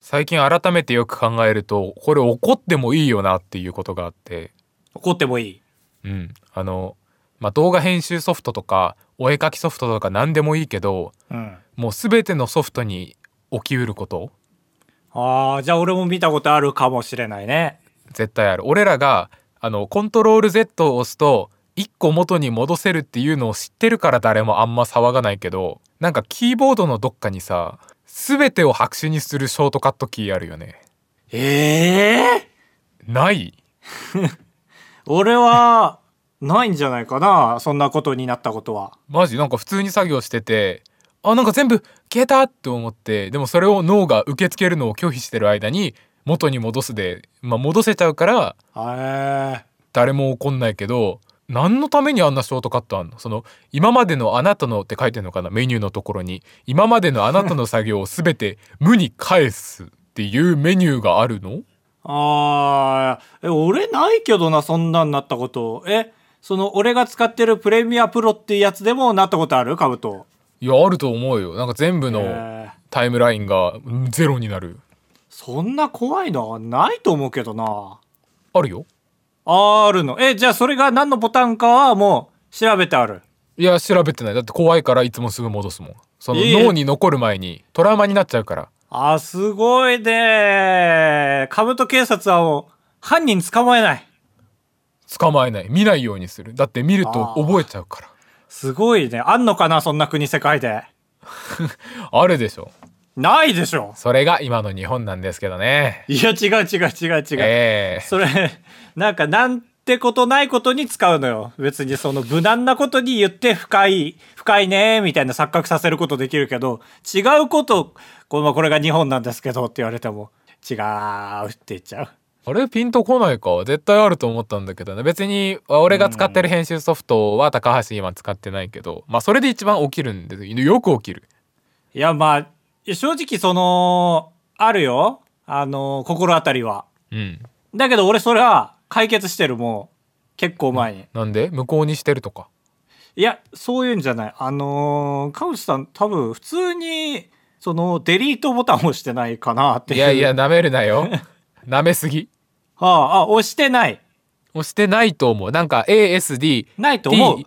最近改めてよく考えると、これ怒ってもいいよなっていうことがあって。 怒ってもいい。 うん。動画編集ソフトとか、お絵描きソフトとか何でもいいけど、 うん。 もう全てのソフトに起きうること、 ああ、じゃあ俺も見たことあるかもしれないね。 絶対ある。俺らが、コントロール Z を押すと、一個元に戻せるっていうのを知ってるから誰もあんま騒がないけど、なんかキーボードのどっかにさ、全てを白紙にするショートカットキーあるよね。 ええない？ 俺は、ないんじゃないかな。そんなことになったことは。 マジなんか普通に作業してて、あ、なんか全部消えたって思って、でもそれを脳が受け付けるのを拒否してる間に元に戻すで、戻せちゃうからへえ。 誰も怒んないけど、何のためにあんなショートカットあんの？今までのあなたのって書いてんのかな、メニューのところに。今までのあなたの作業をすべて無に返すっていうメニューがあるの？ ああ、俺ないけどな、そんなんなったこと。俺が使ってるプレミアプロっていうやつでもなったことある？カブト。 いや、あると思うよ。なんか全部のタイムラインがゼロになる。 そんな怖いのないと思うけどな。 あるよ。 あるの。じゃあそれが何のボタンかはもう調べてある？ いや、調べてない。だって怖いからいつもすぐ戻すもん。脳に残る前にトラウマになっちゃうから。 すごいね。カブト警察はもう犯人捕まえない。 捕まえない。見ないようにする。だって見ると覚えちゃうから。 すごいね。あんのかな、そんな国世界で。 あるでしょ。 ないでしょ。 それが今の日本なんですけどね。 いや、違う違う違う違う。それ、なんてことないことに使うのよ。別にその無難なことに言って深いね、みたいな錯覚させることできるけど、違うこと、これが日本なんですけどって言われても、違うって言っちゃう。 あれピンとこないか。絶対あると思ったんだけどね。別に俺が使ってる編集ソフトは高橋今使ってないけど、それで一番起きるんですよく起きる。 いや、正直あるよ。心当たりは。 うん。 だけど俺それは解決してる、もう。結構前に。 なんで無効にしてるとか？ いや、そういうんじゃない。カウチさん多分普通に、デリートボタンを押してないかなっていう。 いやいや、舐めるなよ。舐めすぎ。 押してない。 押してないと思う。なんか ASD、 ないと思う。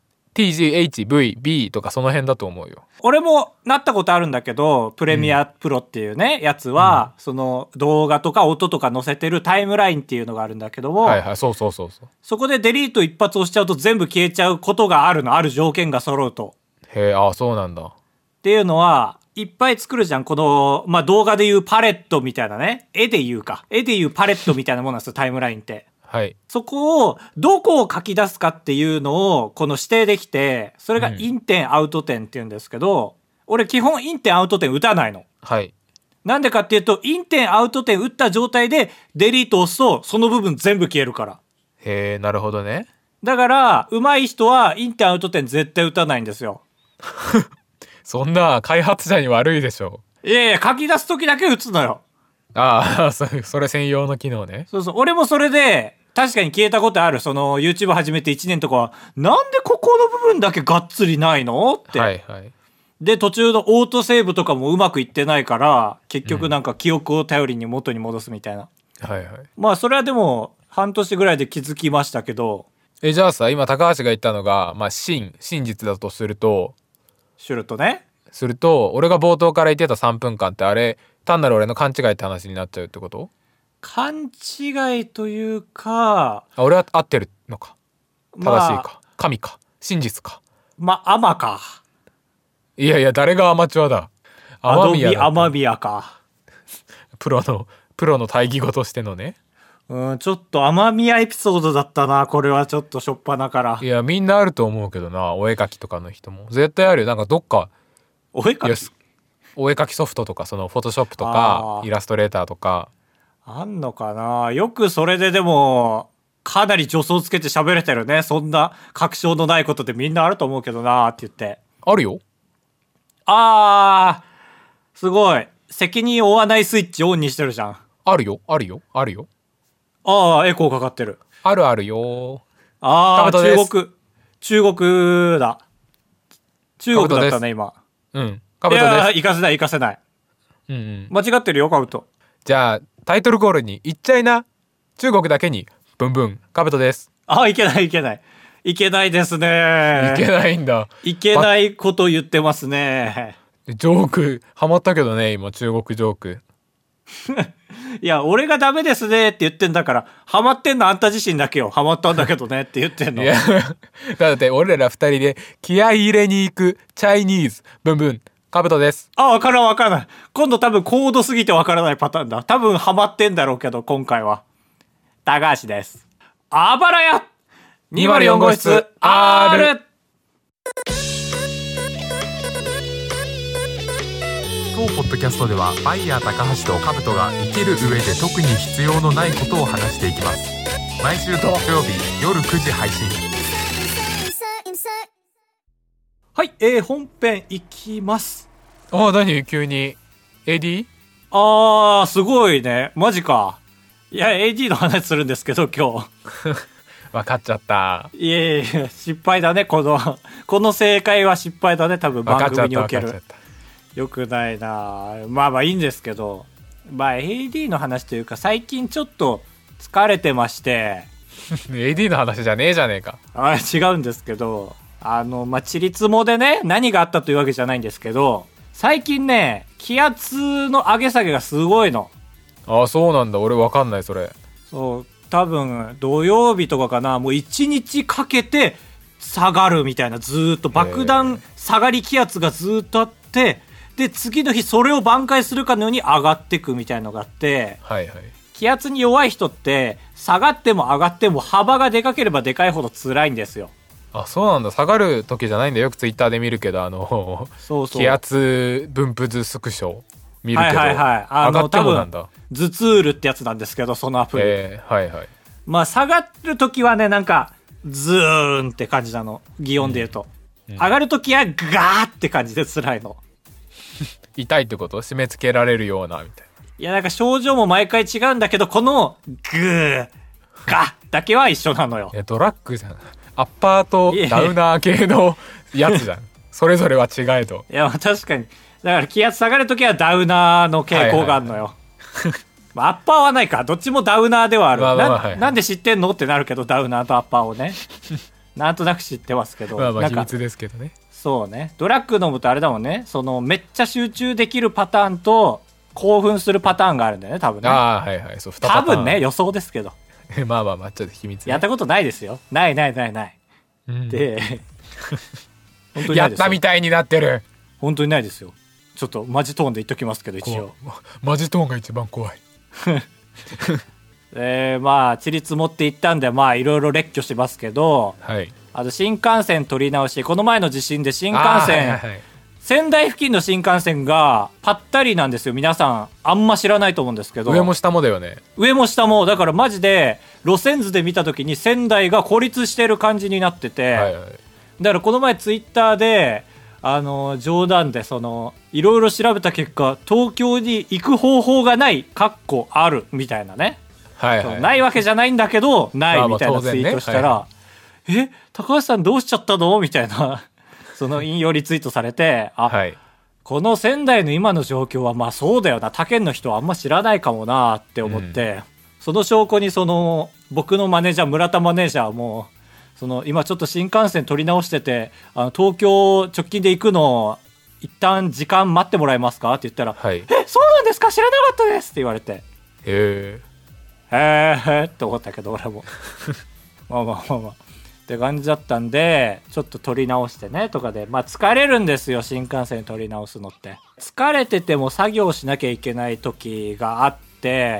TGH、V、B とかその辺だと思うよ。 俺もなったことあるんだけど、プレミアプロっていうね、やつは、その動画とか音とか載せてるタイムラインっていうのがあるんだけども、 はいはい、そう。 そこでデリート一発押しちゃうと全部消えちゃうことがあるの。ある条件が揃うと。 へえ、あ、そうなんだ。 っていうのは、いっぱい作るじゃん。動画でいうパレットみたいなね。絵でいうパレットみたいなものなんですよ、タイムラインって。 はい。 そこを、どこを書き出すかっていうのを、指定できて、それがイン点、アウト点って言うんですけど、俺基本イン点、アウト点打たないの。 はい。 なんでかっていうと、イン点、アウト点打った状態で、デリート押すと、その部分全部消えるから。 へえ、なるほどね。 だから、上手い人は、イン点、アウト点絶対打たないんですよ。 そんな開発者に悪いでしょ。 いやいや、書き出す時だけ打つのよ。 ああ、それ専用の機能ね。 そうそう。俺もそれで、確かに消えたことある。YouTube 始めて1年とかは、なんでここの部分だけがっつりないのって。 はいはい。 で、途中のオートセーブとかもうまくいってないから、結局なんか記憶を頼りに元に戻すみたいな。 はいはい。 それはでも、半年ぐらいで気づきましたけど。 じゃあさ、今高橋が言ったのが、真実だとすると、俺が冒頭から言ってた3分間ってあれ、単なる俺の勘違いって話になっちゃうってこと？ 勘違いというか、 俺は合ってるのか。正しいか。神か。真実か。 アマか。 いやいや、誰がアマチュアだ。 アドビアマビアか。 プロの対義語としてのね。 ちょっとアマミヤエピソードだったな。これはちょっとしょっぱなから。 いや、みんなあると思うけどな。お絵描きとかの人も。絶対あるよ。なんかどっか。 お絵描き？ お絵描きソフトとか、フォトショップとか、イラストレーターとか。 あんのかな。よくそれででも、かなり助走つけて喋れてるね。そんな確証のないことでみんなあると思うけどなって言って。 あるよ。 すごい。責任負わないスイッチオンにしてるじゃん。 あるよ。 エコーかかってる。 あるよ。 中国だ。中国だったね、今。 うん。カブトです。 行かせない。 うんうん。 間違ってるよ、カブト。 じゃあタイトルコールに行っちゃいな。中国だけにブンブンカブトです。 いけないですね。 いけないんだ。 いけないこと言ってますね。 ジョークハマったけどね、今中国ジョーク。 いや、俺がダメですねって言ってんだから、ハマってんのあんた自身だけよ。ハマったんだけどねって言ってんの。 いやだって俺ら二人で気合い入れに行くチャイニーズブンブンカブトです。 わからない。今度多分高度すぎてわからないパターンだ。多分ハマってんだろうけど、今回は。高橋です。あばらや204号室 R。 当ポッドキャストではバイヤー高橋とカブトが生きる上で特に必要のないことを話していきます。毎週土曜日夜9時配信。 はい、本編いきます。 何急に AD？ すごいね。マジか。いや AD の話するんですけど今日分かっちゃった。 いや失敗だね。この正解は失敗だね。多分番組における。よくないな。まあいいんですけど、AD の話というか最近ちょっと疲れてまして AD の話じゃねえじゃねえか。 違うんですけど、ちりつもでね、何があったというわけじゃないんですけど、最近ね、気圧の上げ下げがすごいの。 そうなんだ。俺わかんないそれ。 そう、多分土曜日とかかな、もう1日かけて下がるみたいな、ずーっと爆弾下がり気圧がずーっとあって、で次の日それを挽回するかのように上がってくみたいのがあって、 はいはい。 気圧に弱い人って下がっても上がっても幅がでかければでかいほど辛いんですよ。 そうなんだ。下がる時じゃないんだ。よくツイッターで見るけど、そう気圧分布図スクショ見るけど、上がってもなんだ。 ズツールってやつなんですけど、そのアプリ。 はいはい。 下がる時はね、なんかズーンって感じなの、擬音で言うと、上がる時はガーって感じで辛いの。 痛いってこと？締め付けられるようなみたいな。 いや、なんか症状も毎回違うんだけど、このグーガーだけは一緒なのよ。 ドラッグじゃん。アッパーとダウナー系のやつじゃん。それぞれは違えど。 いや、確かに。だから気圧下がるときはダウナーの傾向があるのよ。アッパーはないか。どっちもダウナーではある。なんで知ってんのってなるけど、ダウナーとアッパーをね。なんとなく知ってますけど。 秘密ですけどね。 そうね。ドラッグ飲むとあれだもんね。めっちゃ集中できるパターンと、興奮するパターンがあるんだよね、多分ね。 はいはい。そう、2パターン。 多分ね、予想ですけど。 ちょっと秘密、ね。 やったことないですよ。ない。で、本当にないですよ。 やったみたいになってる。 本当にないですよ。ちょっとマジトーンで言っときますけど、一応。 マジトーンが一番怖い。 ちりつもっていったんで、いろいろ列挙してますけど、 はい。 新幹線取り直し、この前の地震で新幹線、仙台付近の新幹線がぱったりなんですよ。皆さんあんま知らないと思うんですけど、 上も下もだよね。 上も下もだから、マジで路線図で見た時に仙台が孤立してる感じになってて、だからこの前ツイッターで冗談でいろいろ調べた結果、東京に行く方法がないかっこあるみたいなね、ないわけじゃないんだけどないみたいなツイートしたら、高橋さんどうしちゃったのみたいな引用リツイートされて、この仙台の今の状況はそうだよな、他県の人はあんま知らないかもなって思って、その証拠に僕のマネージャー、村田マネージャーも今ちょっと新幹線取り直してて、東京直近で行くの一旦時間待ってもらえますかって言ったら、そうなんですか、知らなかったですって言われて、へーって思ったけど、俺もまあって感じだったんで、ちょっと取り直してねとかで、疲れるんですよ、新幹線取り直すのって。疲れてても作業しなきゃいけない時があって、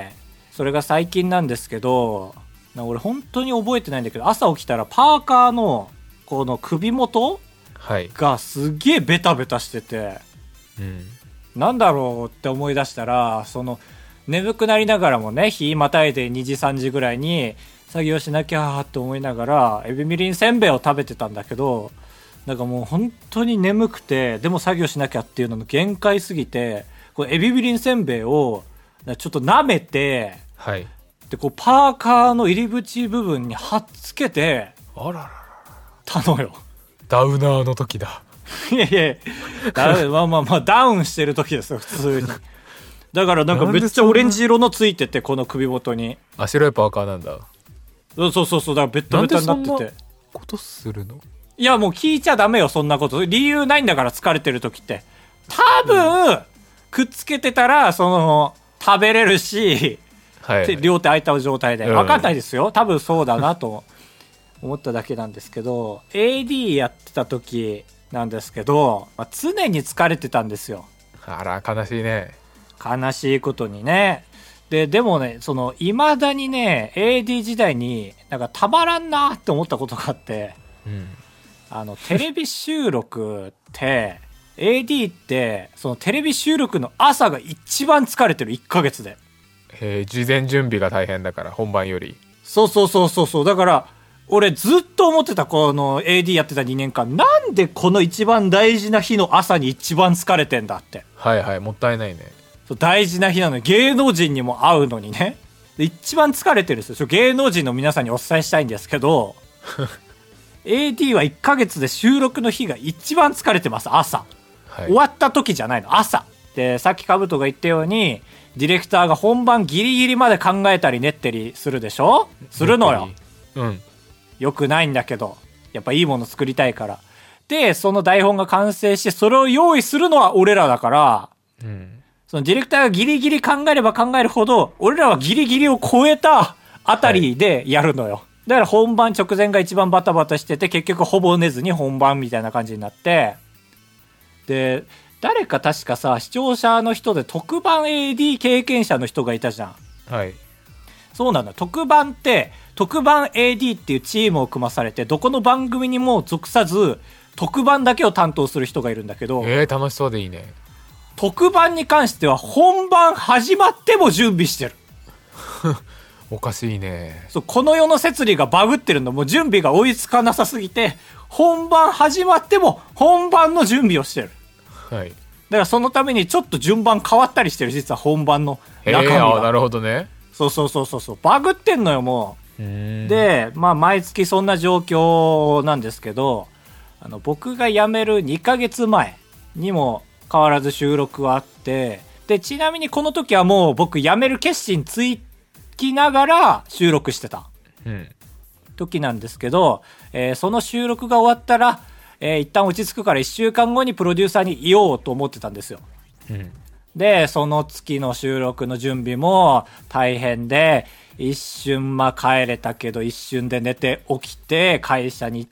それが最近なんですけど、俺本当に覚えてないんだけど、朝起きたらパーカーのこの首元がすげえベタベタしてて、なんだろうって思い出したら、眠くなりながらもね、日またいで2時3時ぐらいに作業しなきゃって思いながらエビみりんせんべいを食べてたんだけど、なんかもう本当に眠くて、でも作業しなきゃっていうのの限界すぎて、このエビみりんせんべいをちょっと舐めて、でパーカーの入り口部分に貼っつけてたのよ。 ダウナーの時だ。 いやダウンしてる時ですよ、普通に。 だからなんかめっちゃオレンジ色のついてて、この首元に。 あ、白いパーカーなんだ。 そうそうそう、だからベッタベタになってて。 なんでそんなことするの？ いやもう聞いちゃダメよ、そんなこと。理由ないんだから、疲れてる時って。多分、くっつけてたら、食べれるし、 はい、 両手空いた状態で。わかんないですよ。多分そうだなと思っただけなんですけど、AD やってた時なんですけど、常に疲れてたんですよ。 あら、悲しいね。 悲しいことにね。でもね、未だにね、AD 時代に、なんかたまらんなって思ったことがあって、 うん、 テレビ収録って、AD って、テレビ収録の朝が一番疲れてる、1ヶ月で。 事前準備が大変だから、本番より。 そう。だから、俺ずっと思ってた、この AD やってた2年間、なんでこの一番大事な日の朝に一番疲れてんだって。 はいはい、もったいないね。 大事な日なのに、芸能人にも会うのにね。で一番疲れてるんですよ。芸能人の皆さんにお伝えしたいんですけど、AD は1ヶ月で収録の日が一番疲れてます、朝。はい、終わった時じゃないの、朝。で、さっきカブトが言ったように、ディレクターが本番ギリギリまで考えたり練ったりするでしょ？するのよ。 うん。 よくないんだけど、やっぱいいもの作りたいから。で、その台本が完成して、それを用意するのは俺らだから、うん、そのディレクターがギリギリ考えれば考えるほど、俺らはギリギリを超えたあたりでやるのよ。はい、だから本番直前が一番バタバタしてて、結局ほぼ寝ずに本番みたいな感じになって、で、誰か確かさ、視聴者の人で特番 AD 経験者の人がいたじゃん。 はい。 そうなんだ。特番って、特番 AD っていうチームを組まされて、どこの番組にも属さず、特番だけを担当する人がいるんだけど。 楽しそうでいいね。 特番に関しては、本番始まっても準備してる。 おかしいね。 そう、この世の摂理がバグってるの。もう準備が追いつかなさすぎて、本番始まっても、本番の準備をしてる。はい。だからそのためにちょっと順番変わったりしてる、実は本番の中身が。 なるほどね。 そう。バグってんのよ、もう。で、毎月そんな状況なんですけど、僕が辞める2ヶ月前にも変わらず収録はあって、で、ちなみにこの時はもう僕辞める決心つきながら収録してた。時なんですけど、その収録が終わったら、一旦落ち着くから1週間後にプロデューサーに言おうと思ってたんですよ。で、その月の収録の準備も大変で、一瞬帰れたけど一瞬で寝て起きて会社に行って、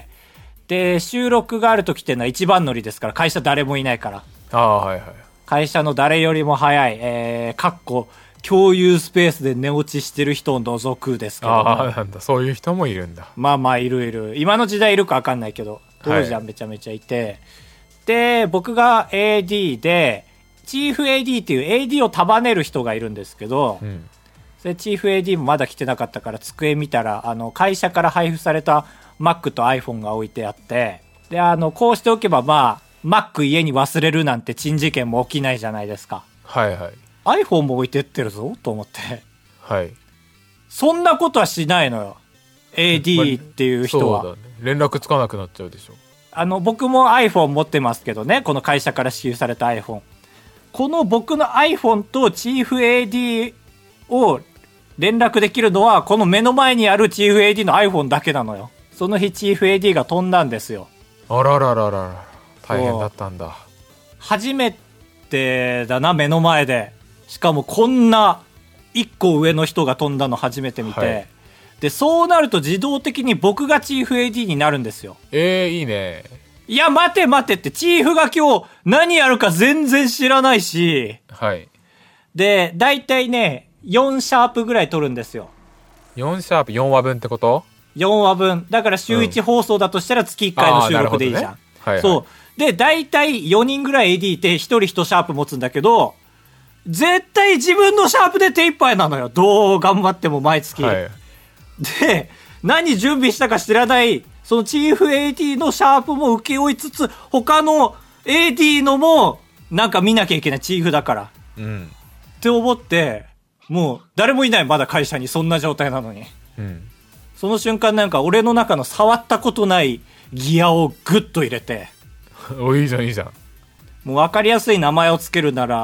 で、収録がある時っていうのは一番乗りですから、会社誰もいないから。 はいはい。 会社の誰よりも早い、共有スペースで寝落ちしてる人を除くですけど、 なんだ、そういう人もいるんだ。 いる。今の時代いるか分かんないけど、当時はめちゃめちゃいて、で、僕が AD で、チーフ AD っていう AD を束ねる人がいるんですけど、それチーフ AD もまだ来てなかったから机見たら、会社から配布された Mac と iPhone が置いてあって、で、こうしておけばMac 家に忘れるなんて珍事件も起きないじゃないですか。 はいはい。 iPhone も置いてってるぞと思って。 はい。 そんなことはしないのよ。AD っていう人は。 そうだね。連絡つかなくなっちゃうでしょ。 僕も iPhone 持ってますけどね、この会社から支給された iPhone。この僕の iPhone とチーフ AD を連絡できるのは、この目の前にあるチーフ AD の iPhone だけなのよ。その日チーフ AD が飛んだんですよ。 あらららら、大変だったんだ。 初めてだな、目の前で。しかもこんな一個上の人が飛んだの初めて見て、はい、でそうなると自動的に僕がチーフ AD になるんですよ。 いいね。 いや待てって、チーフが今日何やるか全然知らないし、 はい。 でだいたいね4シャープぐらい取るんですよ。 4シャープ4話分ってこと？ 4 話分だから週1放送だとしたら月1回の収録でいいじゃん、ね、はいはい、そうでだいたい4人ぐらい AD いて1人1シャープ持つんだけど、絶対自分のシャープで手一杯なのよ、どう頑張っても毎月、はい、で何準備したか知らないそのチーフ AD のシャープも請け負いつつ、他の AD のもなんか見なきゃいけない、チーフだから、って思って、もう誰もいない、まだ会社にそんな状態なのに、その瞬間なんか俺の中の触ったことないギアをグッと入れていいじゃんいいじゃん。 もう分かりやすい名前をつけるなら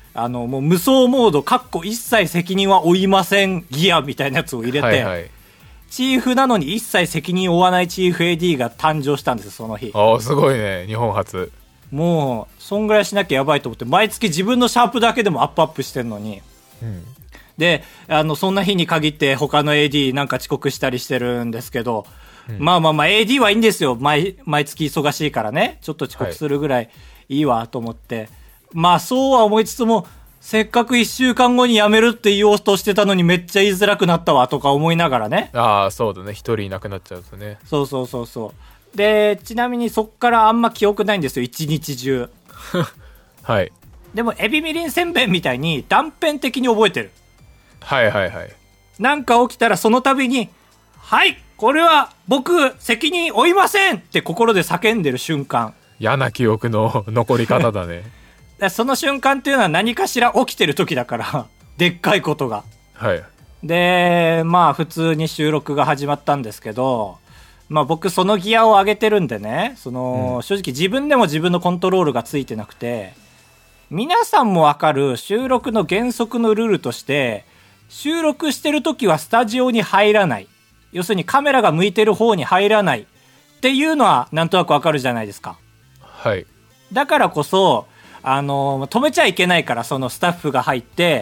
もう無双モード一切責任は負いませんギアみたいなやつを入れて、はいはい、チーフなのに一切責任を負わないチーフ AD が誕生したんですよ、その日。 ああ、すごいね、日本初。 もうそんぐらいしなきゃやばいと思って、毎月自分のシャープだけでもアップしてんのに、うん、でそんな日に限って他の AD なんか遅刻したりしてるんですけど、うん、まあ AD はいいんですよ、毎月忙しいからね、ちょっと遅刻するぐらいいいわと思って、はい、まあそうは思いつつも、せっかく1週間後に辞めるって言おうとしてたのにめっちゃ言いづらくなったわとか思いながらね。 ああ、そうだね、一人いなくなっちゃうとね。 そうで、ちなみにそっからあんま記憶ないんですよ、一日中はい。 でもエビみりんせんべいみたいに断片的に覚えてる。 はいはいはい。 なんか起きたらその度に、はい、これは僕責任負いませんって心で叫んでる瞬間。 嫌な記憶の残り方だねその瞬間っていうのは何かしら起きてる時だからでっかいことが。 はい。 で、まあ普通に収録が始まったんですけど、まあ僕そのギアを上げてるんでね、正直自分でも自分のコントロールがついてなくて、皆さんもわかる収録の原則のルールとして、収録してる時はスタジオに入らない。要するにカメラが向いてる方に入らないっていうのはなんとなくわかるじゃないですか。 はい。 だからこそ、止めちゃいけないから、そのスタッフが入って、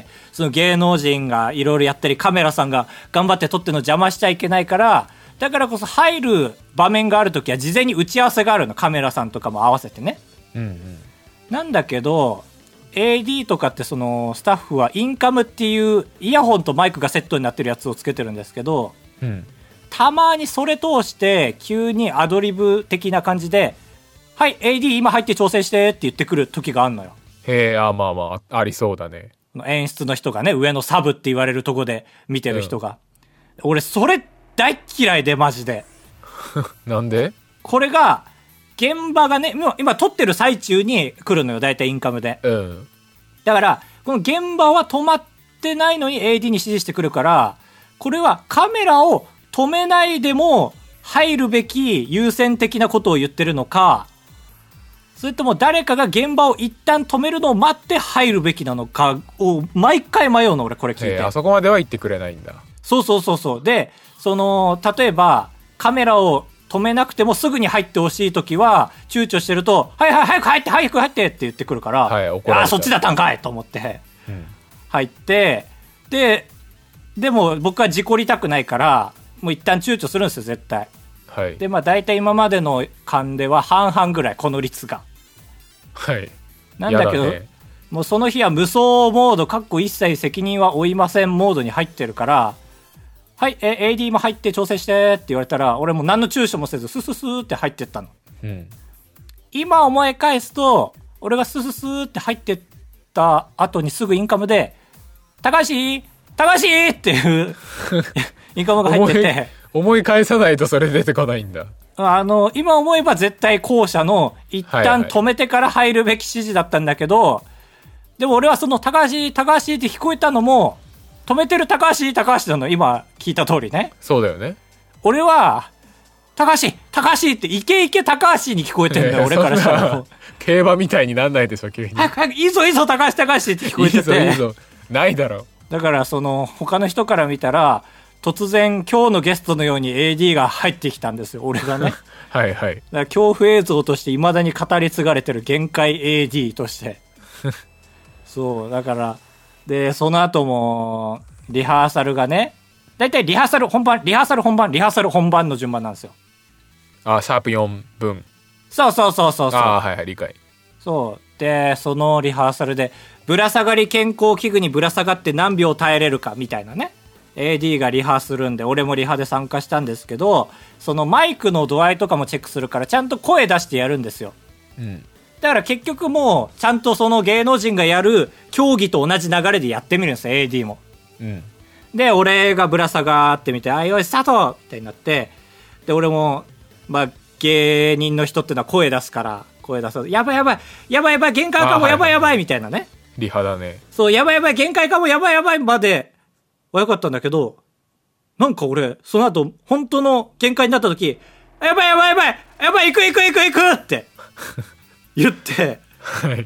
その芸能人がいろいろやったり、カメラさんが頑張って撮ってるの邪魔しちゃいけないから、だからこそ入る場面があるときは事前に打ち合わせがあるの、カメラさんとかも合わせてね。うんうん。なんだけど、AD とかってそのスタッフはインカムっていうイヤホンとマイクがセットになってるやつをつけてるんですけど、うん、たまにそれ通して急にアドリブ的な感じで、はい AD 今入って調整してって言ってくる時があんのよ。 へえ、まあありそうだね。 演出の人がね、上のサブって言われるとこで見てる人が、うん、俺それ大嫌いでマジでなんで？ これが現場がね、今撮ってる最中に来るのよ、大体インカムで、うん、だからこの現場は止まってないのに AD に指示してくるから、これはカメラを止めないでも入るべき優先的なことを言ってるのか、それとも誰かが現場を一旦止めるのを待って入るべきなのかを毎回迷うの、俺これ聞いて。 あそこまでは言ってくれないんだ。 そうで、例えばカメラを止めなくてもすぐに入ってほしいときは躊躇してると、はい早く入ってって言ってくるから、はい、怒られちゃう。あ、そっちだったんかいと思って、うん、入って、でも僕は事故りたくないからもう一旦躊躇するんですよ、絶対。はい、で大体今までの間では半々ぐらい、この率が。はい。なんだけど、ね、もうその日は無双モード一切責任は負いませんモードに入ってるから、はい、AD も入って調整してって言われたら、俺も何の躊躇もせずスーって入ってったの。うん、今思い返すと、俺がスーって入ってった後にすぐインカムで、高橋っていうインカムが入ってて、 思い返さないとそれ出てこないんだ。 今思えば絶対後者の一旦止めてから入るべき指示だったんだけど、でも俺はその高橋って聞こえたのも、止めてる高橋なの、今聞いた通りね。 そうだよね。 俺は高橋ってイケイケ高橋に聞こえてんだよ、俺からしたら。 競馬みたいになんないでしょ、急に。 早くいいぞ高橋って聞こえてて。 いいぞないだろ。 だから他の人から見たら、突然今日のゲストのように AD が入ってきたんですよ、俺がね。 はい。 だから恐怖映像として未だに語り継がれてる限界 AD として。そうだから、でその後もリハーサルがね、だいたいリハーサル本番の順番なんですよ。 あ、シャープ4分。 そう。 あ、はい、理解。 そうで、そのリハーサルでぶら下がり健康器具にぶら下がって何秒耐えれるかみたいなね、 AD がリハするんで、俺もリハで参加したんですけど、そのマイクの度合いとかもチェックするから、ちゃんと声出してやるんですよ。うん。だから結局もうちゃんとその芸能人がやる競技と同じ流れでやってみるんですよ、 AD も。うん。で俺がぶら下がってみて、あ、よしスタートってなって、で俺も芸人の人ってのは声出すから、声出す、やばい限界かも、やばいみたいなね。 リハだね。 そう、やばい限界かも、やばいまではよかったんだけど、なんか俺その後本当の限界になった時、やばい行くって言って、 はい。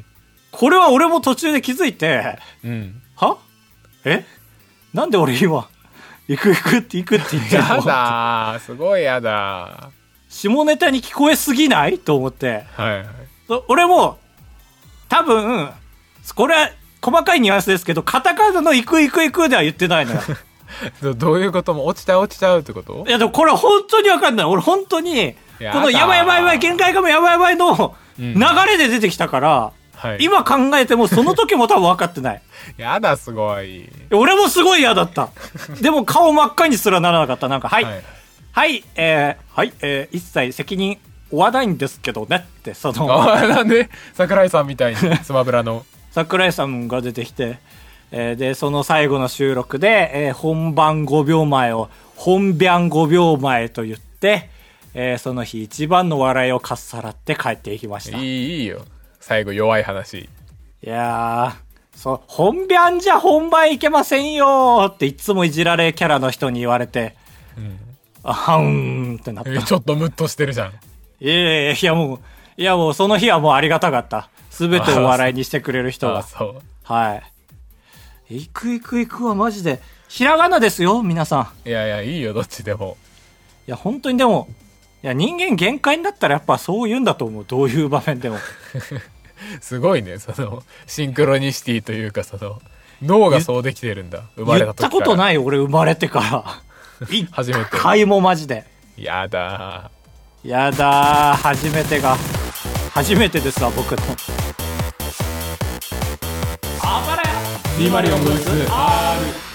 これは俺も途中で気づいて、はなんで俺今行くって言ってんの。 やだー、すごいやだー。下ネタに聞こえすぎないと思って、俺も多分これは細かいニュアンスですけど、カタカナの行くでは言ってないのよ。 どういうこと？も落ちちゃうってこと？ いやでもこれ本当に分かんない。俺本当にこのやばい限界かもやばいの流れで出てきたから、今考えてもその時も多分分かってない。 やだ、すごい。 俺もすごい嫌だった。でも顔真っ赤にすらならなかった。なんか一切責任負わないんですけどねってなんで桜井さんみたいにスマブラの桜井さんが出てきて、でその最後の収録で、本番5秒前を本番5秒前と言って、その日一番の笑いをかっさらって帰っていきました。 いいよ、最後弱い話。 いや本番じゃ本番いけませんよっていつもいじられキャラの人に言われて、ってなった。 ちょっとムッとしてるじゃん。 いやもうその日はもうありがたかった。全てを笑いにしてくれる人が。行くはマジでひらがなですよ皆さん。いやいいよ、どっちでも。 いや本当にでも、いや人間限界になったらやっぱそう言うんだと思う。どういう場面でも。 すごいね、シンクロニシティというか、脳がそうできてるんだ。生まれた時から。 言ったことない俺生まれてから初めて。 一回もマジで。 やだ初めてですわ僕の。あばらや 204号室 R。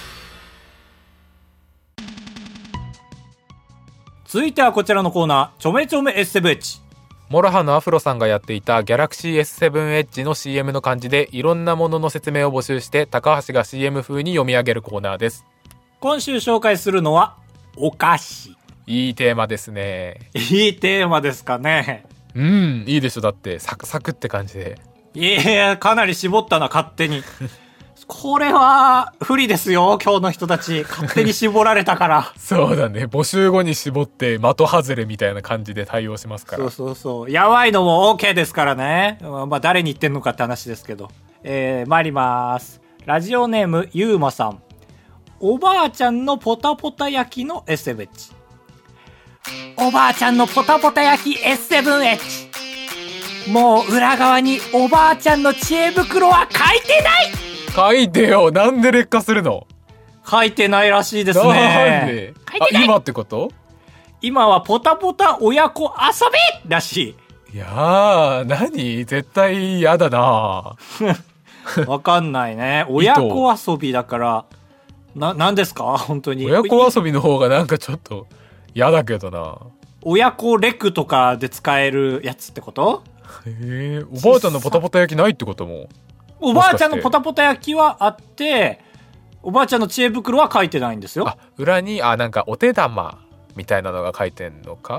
続いてはこちらのコーナー、ちょめちょめ S7H。 モロハのアフロさんがやっていたギャラクシー S7H の CM の漢字でいろんなものの説明を募集して、高橋が CM 風に読み上げるコーナーです。 今週紹介するのはお菓子。 いいテーマですね。 いいテーマですかね。 いいでしょ。だってサクサクって感じで。 いやかなり絞ったな勝手に。これは不利ですよ今日の人たち。勝手に絞られたから。 そうだね、募集後に絞って的外れみたいな感じで対応しますから。 そうやばいのも OK ですからね。誰に言ってんのかって話ですけど、参ります。ラジオネームゆうまさん。おばあちゃんのポタポタ焼きの S7H。 おばあちゃんのポタポタ焼き S7H。 もう裏側におばあちゃんの知恵袋は書いてない。 書いてよ。なんで劣化するの？ 書いてないらしいですね。 なんで？今ってこと？ 今はポタポタ親子遊びらしい。 いやー、何？絶対嫌だな。 わかんないね。親子遊びだからなんですか本当に。 親子遊びの方がなんかちょっと嫌だけどな。 親子レクとかで使えるやつってこと？ おばあちゃんのポタポタ焼きないってことも？ おばあちゃんのポタポタ焼きはあって、おばあちゃんの知恵袋は書いてないんですよ。 裏になんかお手玉みたいなのが書いてんのか？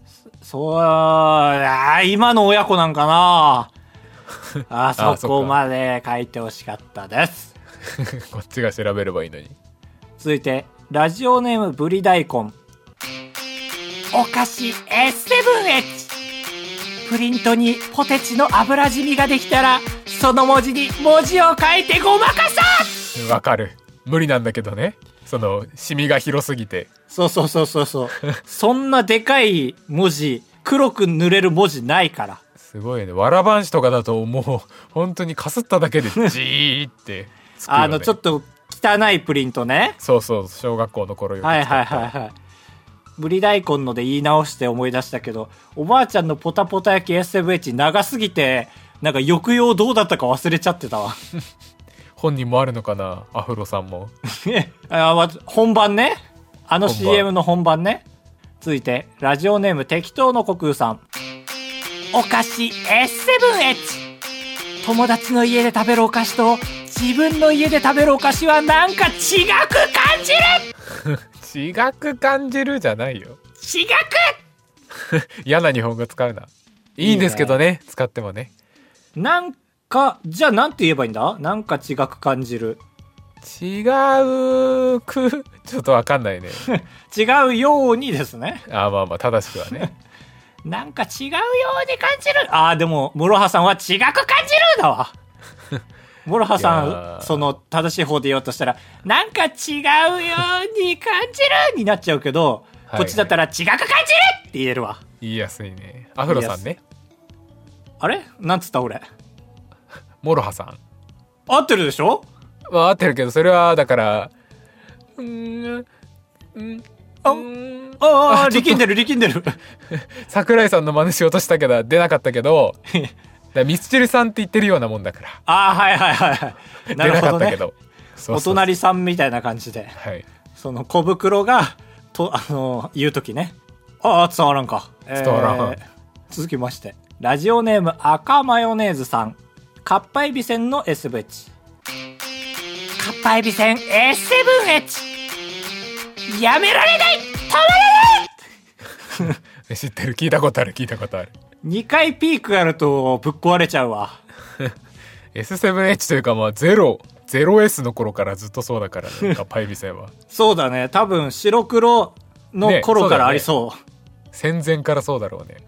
今の親子なんかな。そこまで書いてほしかったです。 こっちが調べればいいのに。 続いてラジオネームぶり大根。お菓子 S7H。 プリントにポテチの油染みができたら、その文字に文字を書いてごまかそう。 わかる。無理なんだけどね、シミが広すぎて。 そうそんなでかい文字、黒く塗れる文字ないから。 すごいね。わらばんしとかだともう本当にかすっただけでジーってつくよね。 ちょっと汚いプリントね。 そう小学校の頃よく使った。 はい。ぶり大根ので言い直して思い出したけど、おばあちゃんのポタポタ焼き S7H 長すぎてなんか抑揚どうだったか忘れちゃってたわ。 本人もあるのかな、アフロさんも。 本番ね。CM の本番ね。続いてラジオネーム適当の虚空さん。お菓子 S7H。 友達の家で食べるお菓子と自分の家で食べるお菓子はなんか違く感じる。 違く感じるじゃないよ。 違く嫌な日本語使うな。いいんですけどね、使ってもね。 なんかじゃあなんて言えばいいんだ。なんか違く感じる。 違うくちょっとわかんないね。 違うようにですね。 まあ正しくはね。 なんか違うように感じる。でも諸刃さんは違く感じるだわ。 モロハさんその正しい方で言おうとしたらなんか違うように感じるになっちゃうけど、はいはい、こっちだったら違く感じるって言えるわ。 言いやすいね。アフロさんね。 あれなんつった俺。 モロハさん合ってるでしょ。 まあ合ってるけどそれはだから力んでる桜井さんの真似しようとしたけど出なかったけどだミスチルさんって言ってるようなもんだから。 はいなるほどね。出なかったけどそうお隣さんみたいな感じで、 はい、 その小袋がと言うときね。伝わらんか。 伝わらん。 続きましてラジオネーム赤マヨネーズさん。かっぱえびせんの S7H。 かっぱえびせん S7H やめられない止まれない知ってる、聞いたことある 2回ピークやるとぶっ壊れちゃうわ。 S7H というかまあ0S の頃からずっとそうだからね。かっぱえびせんはそうだね、多分白黒の頃からありそう、ね、 戦前からそうだろうね。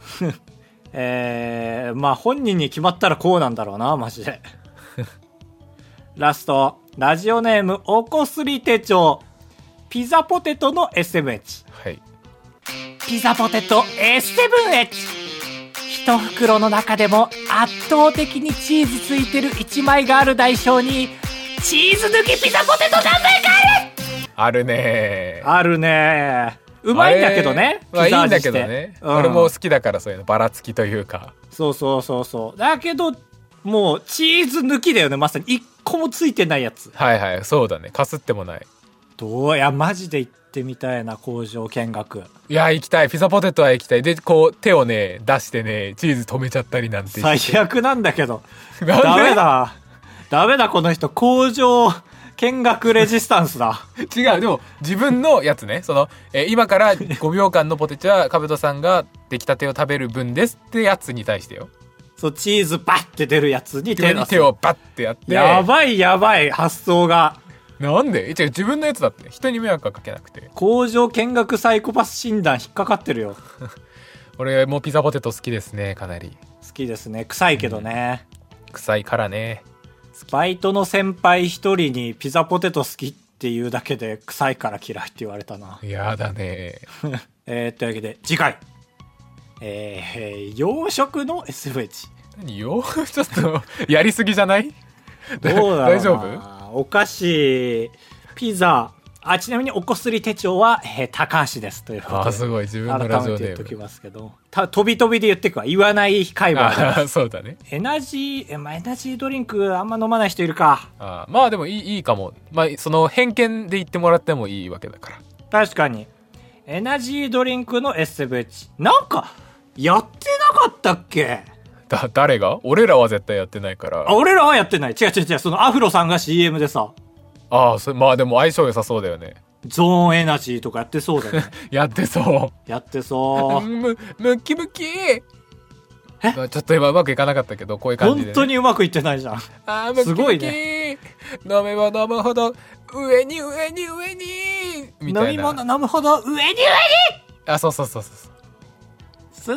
まあ本人に決まったらこうなんだろうなマジで。ラストラジオネームおこすり手帳。ピザポテトの S7H。 はい。 ピザポテト S7H。 一袋の中でも圧倒的にチーズついてる1枚がある代償にチーズ抜きピザポテト何枚かあるねうまいんだけどね。 まあいいんだけどね、俺も好きだからそういうのばらつきというか。 そうだけどもうチーズ抜きだよね。まさに1個もついてないやつ。 はいそうだね。かすってもない。 マジで行ってみたいな工場見学。 いや行きたい。ピザポテトは行きたい。でこう手をね出してねチーズ止めちゃったりなんて最悪なんだけどダメだこの人工場見学レジスタンスだ。 違う、でも自分のやつね、その、今から5秒間のポテチはかぶとさんが出来たてを食べる分ですってやつに対してよ。 そうチーズバッて出るやつに手をバッてやって。 やばい発想が。 なんで自分のやつだって人に迷惑はかけなくて。 工場見学サイコパス診断引っかかってるよ。 俺もピザポテト好きですね。かなり好きですね。臭いけどね、 臭いからね。 バイトの先輩一人にピザポテト好きっていうだけで臭いから嫌いって言われたな。 やだね。 というわけで次回、洋食の SFH。 何ちょっとやりすぎじゃない？ どうだろうな。 大丈夫？ お菓子、ピザ、ちなみにおこすり手帳は、高橋ですということで。 すごい自分のラジオネーム。改めて言っときますけど、飛び飛びで言ってくわ。言わない回は。 そうだね。 エナジードリンクあんま飲まない人いるか。 まあでもいいかも。まあその偏見で言ってもらってもいいわけだから。 確かに。エナジードリンクの SFH。なんかやってなかったっけ？ 誰が？俺らは絶対やってないから。 俺らはやってない。違う。そのアフロさんが CM でさ。 まあでも相性良さそうだよね。 ゾーンエナジーとかやってそうだよね。 やってそう。ムキムキ。ちょっと今うまくいかなかったけど、こういう感じで、ね。 本当にうまくいってないじゃん。すごいね。 飲めば飲むほど上にみたいな。 飲み物飲むほど上にそう。すごい。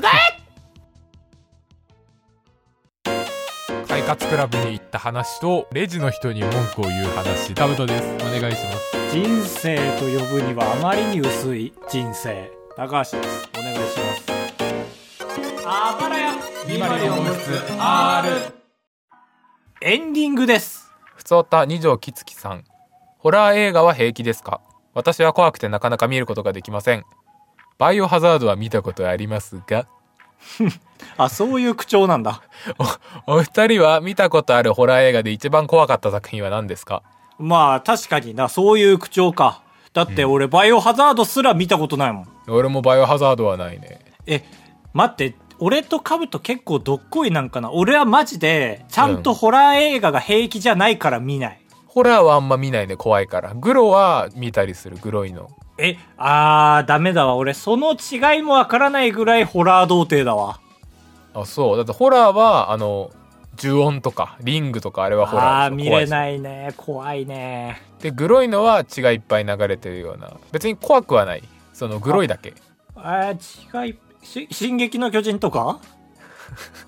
快活クラブに行った話とレジの人に文句を言う話。タブトです。お願いします。 人生と呼ぶにはあまりに薄い人生。高橋です。お願いします。あばらや204号室 R。 エンディングです。 ふつおた二条きつきさん。ホラー映画は平気ですか？私は怖くてなかなか見ることができません。バイオハザードは見たことありますがそういう口調なんだ。 お二人は見たことあるホラー映画で一番怖かった作品は何ですか？ まあ確かにな、そういう口調か。だって俺バイオハザードすら見たことないもん。 俺もバイオハザードはないね。 待って、俺とカブト結構どっこいなんかな。俺はマジでちゃんとホラー映画が平気じゃないから見ない。 ホラーはあんま見ないね、怖いから。グロは見たりする、グロいの。 ダメだわ。俺その違いもわからないぐらいホラー童貞だわ。 そう。だってホラーは呪音とかリングとかあれはホラー。 見れないね。怖いね。 でグロいのは血がいっぱい流れてるような。別に怖くはない。そのグロいだけ。 血が進撃の巨人とか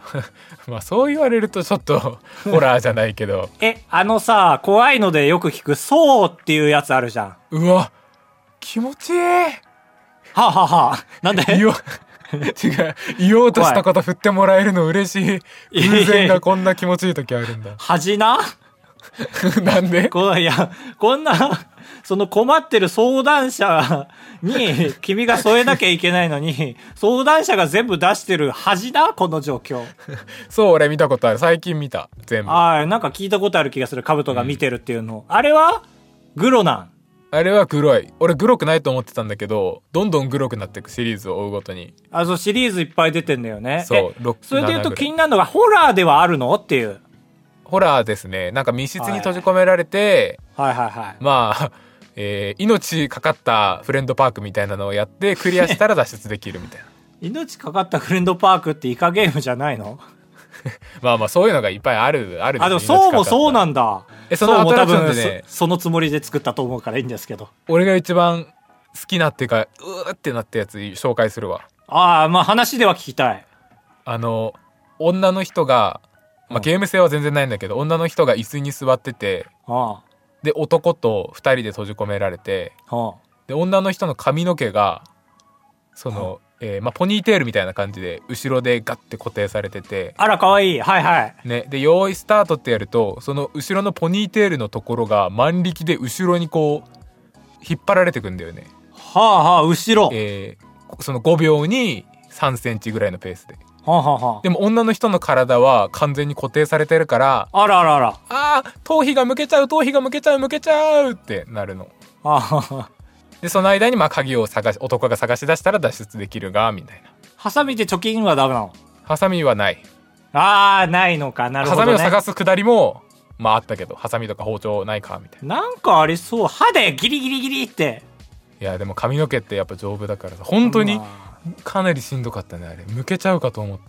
まあそう言われるとちょっとホラーじゃないけど。 さ、怖いのでよく聞く、そうっていうやつあるじゃん。 うわ、気持ちいい。 はあ、はあはあ、なんで違う、言おうとしたこと振ってもらえるの嬉しい。偶然がこんな気持ちいい時あるんだ。 恥ななんで？ こんな、その困ってる相談者に君が添えなきゃいけないのに、相談者が全部出してる恥だこの状況。 そう、俺見たことある。最近見た。全部。 なんか聞いたことある気がする。カブトが見てるっていうの。あれはグロなん？ あれはグロい。俺グロくないと思ってたんだけど、どんどんグロくなっていく、シリーズを追うごとに。 そう、シリーズいっぱい出てんだよね。 そう、 それで言うと気になるのが、ホラーではあるのっていう。 ホラーですね。なんか密室に閉じ込められて、 はいはいはい。 まあ、命かかったフレンドパークみたいなのをやってクリアしたら脱出できるみたいな。 命かかったフレンドパークってイカゲームじゃないの？ まあまあそういうのがいっぱいあるでもそうもそうなんだ。 そのアトラクションでね、 そのつもりで作ったと思うからいいんですけど。 俺が一番好きなっていうか、うーってなったやつ紹介するわ。 まあ話では聞きたい。 女の人が、まあゲーム性は全然ないんだけど、女の人が椅子に座ってて、で男と2人で閉じ込められて、で女の人の髪の毛がその、まあ、ポニーテールみたいな感じで後ろでガッて固定されてて、 あらかわいい、はいはい、 ね、で用意スタートってやると、その後ろのポニーテールのところが万力で後ろにこう引っ張られてくんだよね。 はあはあ、後ろ、 その5秒に3センチぐらいのペースで。 はあはあ、 でも女の人の体は完全に固定されてるから、 あらあらあら、 頭皮がむけちゃう、頭皮がむけちゃう、むけちゃうってなるの。でその間にまあ鍵を男が探し出したら脱出できるがみたいな。 ハサミで貯金はダメなの？ ハサミはない。 ないのか。なるほどね。 ハサミを探すくだりもまああったけど、ハサミとか包丁ないかみたいな。 なんかありそう。歯でギリギリギリって。 いやでも髪の毛ってやっぱ丈夫だからさ、本当にかなりしんどかったね。あれむけちゃうかと思った。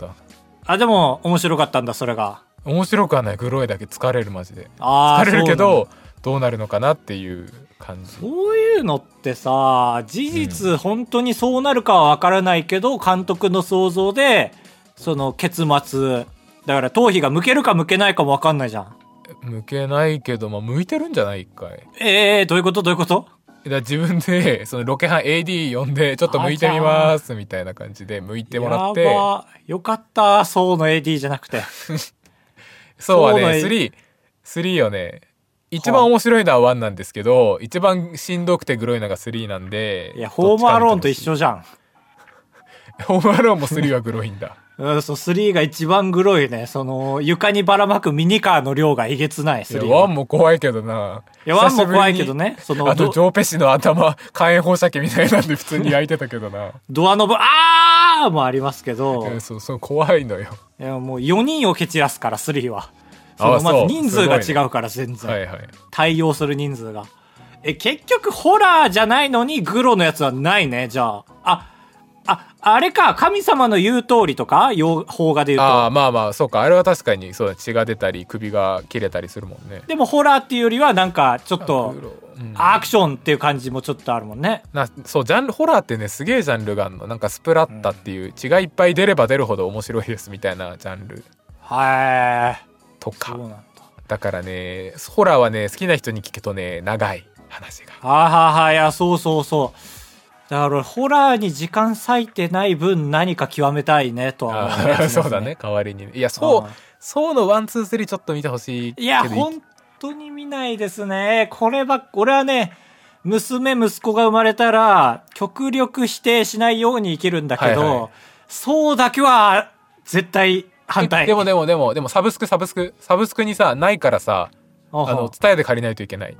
でも面白かったんだ。それが面白くはない。グロいだけ疲れる、マジで疲れるけど、どうなるのかなっていう感じ。 そういうのってさ、事実本当にそうなるかは分からないけど、監督の想像でその結末だから、頭皮が向けるか向けないかも分かんないじゃん。 向けないけど、まあ向いてるんじゃない？一回。 どういうこと？どういうこと？ だ自分でそのロケハン AD 呼んでちょっと向いてみますみたいな感じで向いてもらって。 よかった。そうの AD じゃなくてそうはね、3をね、一番面白いのは1なんですけど、一番しんどくてグロいのが3なんで。 いや、ホームアローンと一緒じゃん。 ホームアローンも3はグロいんだ。 そう、3が一番グロいね。その床にばらまくミニカーの量がえげつない。3は。 1も怖いけどな。 いや、1も怖いけどね。 そのジョーペシの頭火炎放射器みたいなんで普通に焼いてたけどな。 ドアノブもありますけど。 そう怖いのよ。 いや、もう4人を蹴散らすから、3は。まず人数が違うから、全然、対応する人数が。結局ホラーじゃないのにグロのやつはないね。じゃああれか、神様の言う通りとか、邦画で言うと。 まあそうか。あれは確かにそうだ、血が出たり首が切れたりするもんね。 でもホラーっていうよりはなんかちょっとアクションっていう感じもちょっとあるもんね。 そう、ジャンルホラーってね、すげえジャンルがあるの。なんかスプラッタっていう血がいっぱい出れば出るほど面白いですみたいなジャンルとか。そうなんだ。だからね、ホラーはね、好きな人に聞くとね、長い話が。 いや、そうだからホラーに時間割いてない分何か極めたいねとは思う、ね、 そうだね、代わりに。いや、そうの1、2、3ちょっと見てほしい。 いや、本当に見ないですね。俺はね、息子が生まれたら極力否定しないように生きるんだけど、そうだけは絶対反対。 でもサブスクにさ、ないからさ、伝えで借りないといけない。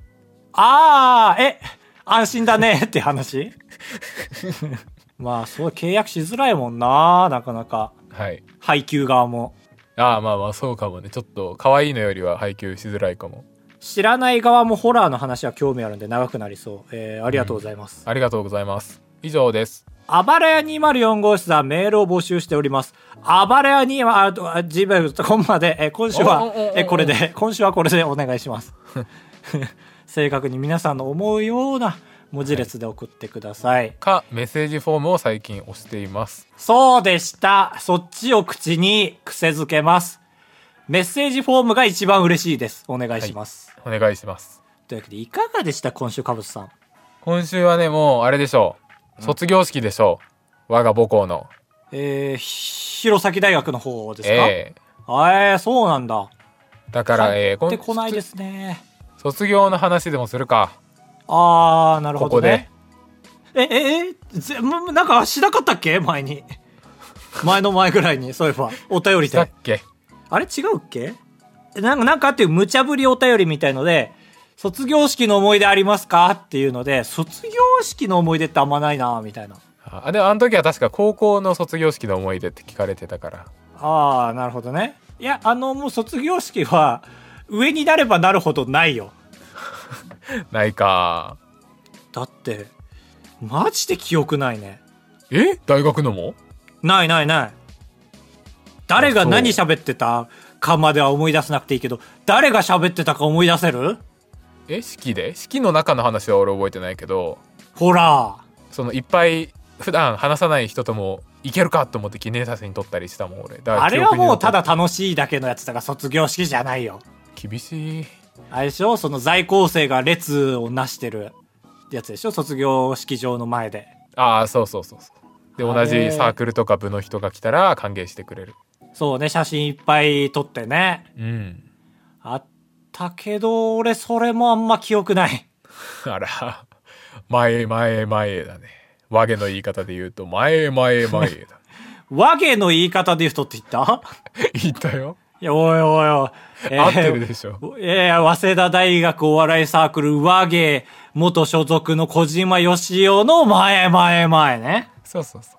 安心だねって話まあそう契約しづらいもんな、なかなか。配給側も。 まあそうかもね。ちょっと可愛いのよりは配給しづらいかも。 知らない側もホラーの話は興味あるんで長くなりそう。ありがとうございます。 ありがとうございます。以上です。 あばらや204号室はメールを募集しております。あばらや204.gmail.com まで、今週はこれでお願いします。正確に皆さんの思うような文字列で送ってください。 か、メッセージフォームを最近押しています。 そうでした。そっちを口に癖づけます。メッセージフォームが一番嬉しいです。お願いします。 はい、お願いします。 というわけで、いかがでした今週、かぶさん。今週はね、もう、あれでしょう。卒業式でしょう。我が母校の。 弘前大学の方ですか？そうなんだ。 だから、帰ってこないですね。 卒業の話でもするか。 なるほどね。ここで。なんかしなかったっけ前に。前の前ぐらいに、そういえば、お便りで。 したっけ？ あれ違うっけ？なんかあっていう無茶ぶりお便りみたいので、卒業式の思い出ありますかっていうので、卒業式の思い出ってあんまないなみたいな。 でもあの時は確か高校の卒業式の思い出って聞かれてたから。 なるほどね。いや、もう卒業式は、上になればなるほどないよ。 ないか。 だって、マジで記憶ないね。 大学のも？ ない。誰が何喋ってたかまでは思い出せなくていいけど、誰が喋ってたか思い出せる？ 式の中の話は俺覚えてないけど。 ほら。 いっぱい普段話さない人ともいけるかと思って記念写真撮ったりしたもん俺。 あれはもうただ楽しいだけのやつだから卒業式じゃないよ。 厳しい。 あれでしょ、その在校生が列をなしてるやつでしょ、卒業式場の前で。 そう。で、同じサークルとか部の人が来たら歓迎してくれる。 そうね、写真いっぱい撮ってね。あったけど、俺それもあんま記憶ない。 あら、前だね。和芸の言い方で言うと、前だ。 和芸の言い方で言うとって言った？ 言ったよ。 いや、おい。 合ってるでしょ。 早稲田大学お笑いサークル和芸元所属の小島よしおの前ね。 そう。